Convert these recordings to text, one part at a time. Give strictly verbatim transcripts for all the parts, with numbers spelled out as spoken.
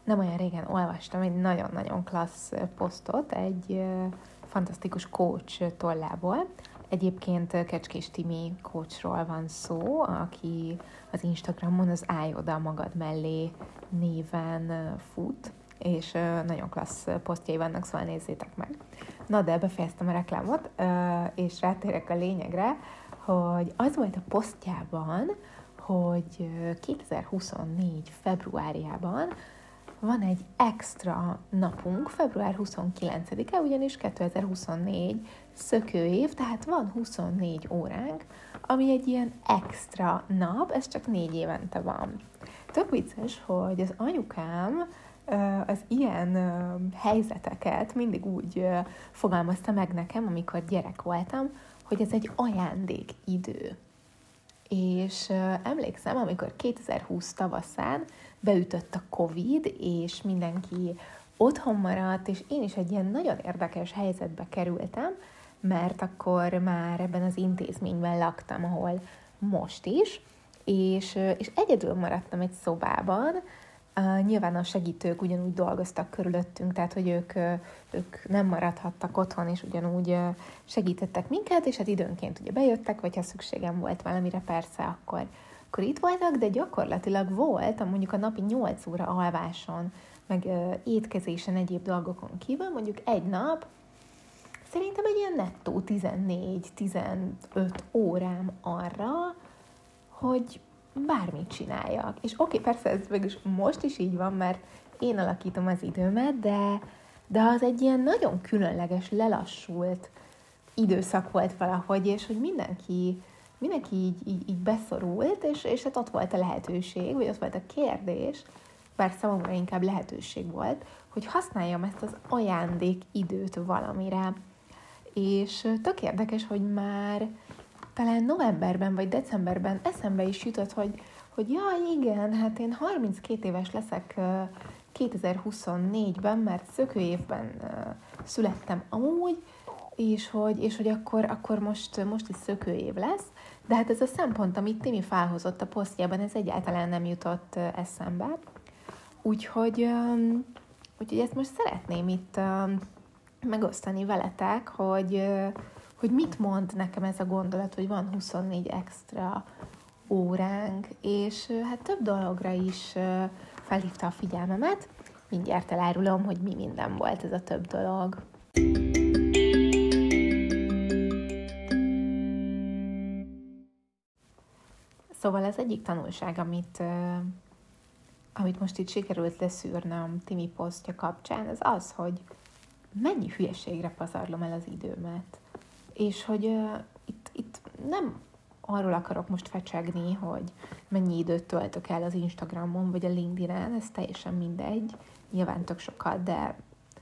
nem olyan régen olvastam egy nagyon-nagyon klassz posztot egy fantasztikus coach tollából. Egyébként Kecskés Timi coachról van szó, aki az Instagramon az Állj oda magad mellé néven fut, és nagyon klassz posztjai vannak, szóval nézzétek meg. Na, de befejeztem a reklámot, és rátérek a lényegre, hogy az volt a posztjában, hogy kétezer-huszonnégy februárjában van egy extra napunk, február huszonkilencedike, ugyanis kétezer-huszonnégy szökőév, tehát van huszonnégy óránk, ami egy ilyen extra nap, ez csak négy évente van. Tök vicces, hogy az anyukám az ilyen helyzeteket mindig úgy fogalmazta meg nekem, amikor gyerek voltam, hogy ez egy ajándékidő. És emlékszem, amikor kétezer-húsz tavaszán beütött a Covid, és mindenki otthon maradt, és én is egy ilyen nagyon érdekes helyzetbe kerültem, mert akkor már ebben az intézményben laktam, ahol most is, és, és egyedül maradtam egy szobában. Uh, nyilván a segítők ugyanúgy dolgoztak körülöttünk, tehát hogy ők, ők nem maradhattak otthon, és ugyanúgy segítettek minket, és hát időnként ugye bejöttek, vagy ha szükségem volt valamire, persze, akkor, akkor itt voltak, de gyakorlatilag volt, mondjuk a napi nyolc óra alváson, meg uh, étkezésen, egyéb dolgokon kívül, mondjuk egy nap, szerintem egy ilyen nettó tizennégy-tizenöt órám arra, hogy bármit csináljak. És oké, okay, persze ez mégis most is így van, mert én alakítom az időmet, de, de az egy ilyen nagyon különleges, lelassult időszak volt valahogy, és hogy mindenki, mindenki így, így, így beszorult, és, és hát ott volt a lehetőség, vagy ott volt a kérdés, bár számomra inkább lehetőség volt, hogy használjam ezt az ajándék időt valamire. És tök érdekes, hogy már talán novemberben vagy decemberben eszembe is jutott, hogy, hogy jaj, igen, hát én harminckét éves leszek kétezer-huszonnégyben, mert szökőévben születtem amúgy, és hogy, és hogy akkor, akkor most, most is szökőév lesz, de hát ez a szempont, amit Timi felhozott a posztjában, ez egyáltalán nem jutott eszembe. Úgyhogy, úgyhogy ezt most szeretném itt megosztani veletek, hogy hogy mit mond nekem ez a gondolat, hogy van huszonnégy extra óránk, és hát több dologra is felhívta a figyelmemet. Mindjárt elárulom, hogy mi minden volt ez a több dolog. Szóval az egyik tanulság, amit, amit most itt sikerült leszűrnöm Timi posztja kapcsán, az az, hogy mennyi hülyeségre pazarlom el az időmet. És hogy uh, itt, itt nem arról akarok most fecsegni, hogy mennyi időt töltök el az Instagramon, vagy a LinkedIn-en, ez teljesen mindegy, nyilván tök sokat, de,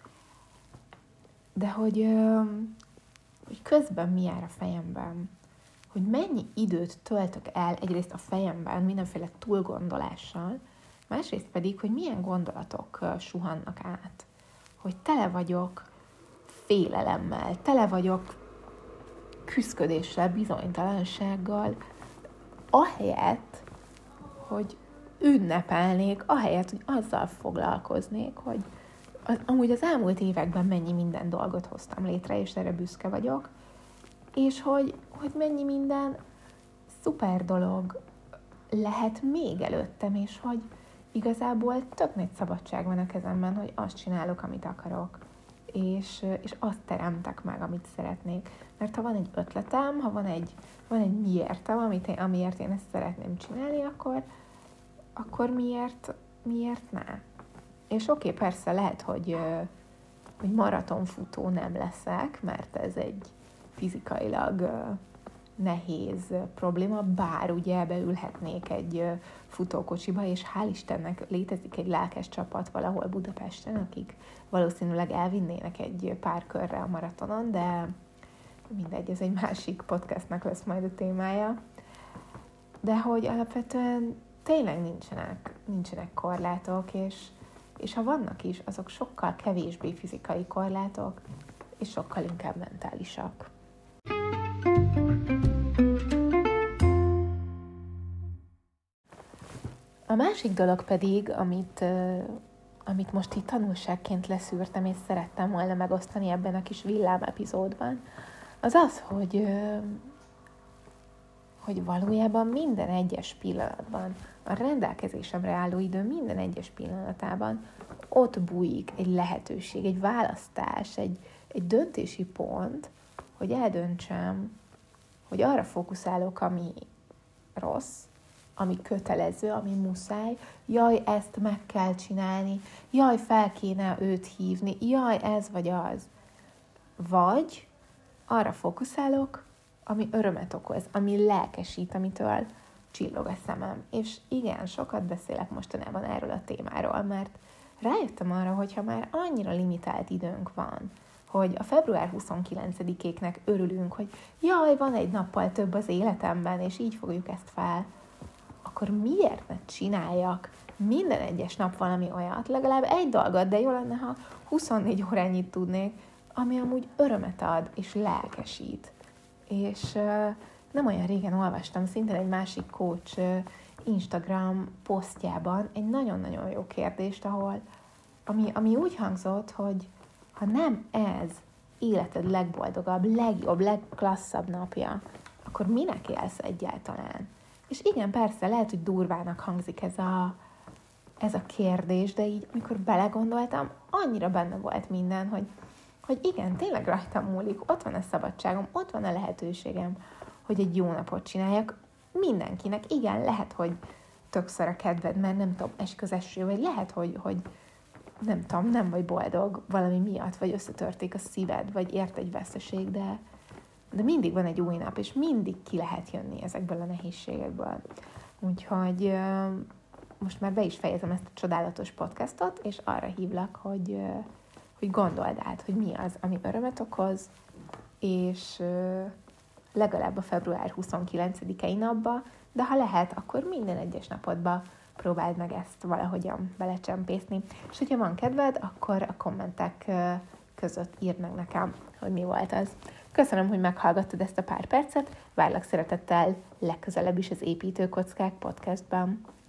de hogy, uh, hogy közben mi jár a fejemben, hogy mennyi időt töltök el egyrészt a fejemben mindenféle túlgondolással, másrészt pedig, hogy milyen gondolatok uh, suhannak át, hogy tele vagyok félelemmel, tele vagyok küszködéssel, bizonytalansággal, ahelyett, hogy ünnepelnék, ahelyett, hogy azzal foglalkoznék, hogy az, amúgy az elmúlt években mennyi minden dolgot hoztam létre, és erre büszke vagyok, és hogy, hogy mennyi minden szuper dolog lehet még előttem, és hogy igazából tök nagy szabadság van a kezemben, hogy azt csinálok, amit akarok. És, és azt teremtek meg, amit szeretnék. Mert ha van egy ötletem, ha van egy, van egy miértem, amit én, amiért én ezt szeretném csinálni, akkor, akkor miért, miért ne? És oké, okay, persze lehet, hogy, hogy maratonfutó nem leszek, mert ez egy fizikailag nehéz probléma, bár ugye beülhetnék egy futókocsiba, és hál' Istennek létezik egy lelkes csapat valahol Budapesten, akik valószínűleg elvinnének egy pár körre a maratonon, de mindegy, ez egy másik podcastnak lesz majd a témája. De hogy alapvetően tényleg nincsenek, nincsenek korlátok, és, és ha vannak is, azok sokkal kevésbé fizikai korlátok, és sokkal inkább mentálisak. A másik dolog pedig, amit, amit most itt tanulságként leszűrtem, és szerettem volna megosztani ebben a kis villám epizódban, az az, hogy, hogy valójában minden egyes pillanatban, a rendelkezésemre álló idő minden egyes pillanatában ott bújik egy lehetőség, egy választás, egy, egy döntési pont, hogy eldöntsem, hogy arra fókuszálok, ami rossz, ami kötelező, ami muszáj, jaj, ezt meg kell csinálni, jaj, fel kéne őt hívni, jaj, ez vagy az. Vagy arra fókuszálok, ami örömet okoz, ami lelkesít, amitől csillog a szemem. És igen, sokat beszélek mostanában erről a témáról, mert rájöttem arra, hogyha már annyira limitált időnk van, hogy a február huszonkilencedikéknek örülünk, hogy jaj, van egy nappal több az életemben, és így fogjuk ezt fel, akkor miért ne csináljak minden egyes nap valami olyat, legalább egy dolgot, de jó lenne, ha huszonnégy órányit tudnék, ami amúgy örömet ad, és lelkesít. És uh, nem olyan régen olvastam szintén egy másik coach uh, Instagram posztjában egy nagyon-nagyon jó kérdést, ahol, ami, ami úgy hangzott, hogy ha nem ez életed legboldogabb, legjobb, legklasszabb napja, akkor minek élsz egyáltalán? És igen, persze, lehet, hogy durvának hangzik ez a, ez a kérdés, de így, amikor belegondoltam, annyira benne volt minden, hogy, hogy igen, tényleg rajtam múlik, ott van a szabadságom, ott van a lehetőségem, hogy egy jó napot csináljak mindenkinek. Igen, lehet, hogy többször a kedved, mert nem tudom, esik az eső, vagy lehet, hogy, hogy nem tudom, nem vagy boldog valami miatt, vagy összetörték a szíved, vagy ért egy veszteség, de, de mindig van egy új nap, és mindig ki lehet jönni ezekből a nehézségekből. Úgyhogy most már be is fejezem ezt a csodálatos podcastot, és arra hívlak, hogy, hogy gondold át, hogy mi az, ami örömet okoz, és legalább a február huszonkilencedikei napba, de ha lehet, akkor minden egyes napodba próbáld meg ezt valahogyan belecsempészni. És hogyha van kedved, akkor a kommentek között írd meg nekem, hogy mi volt az. Köszönöm, hogy meghallgattad ezt a pár percet, várlak szeretettel legközelebb is az Építőkockák podcastban.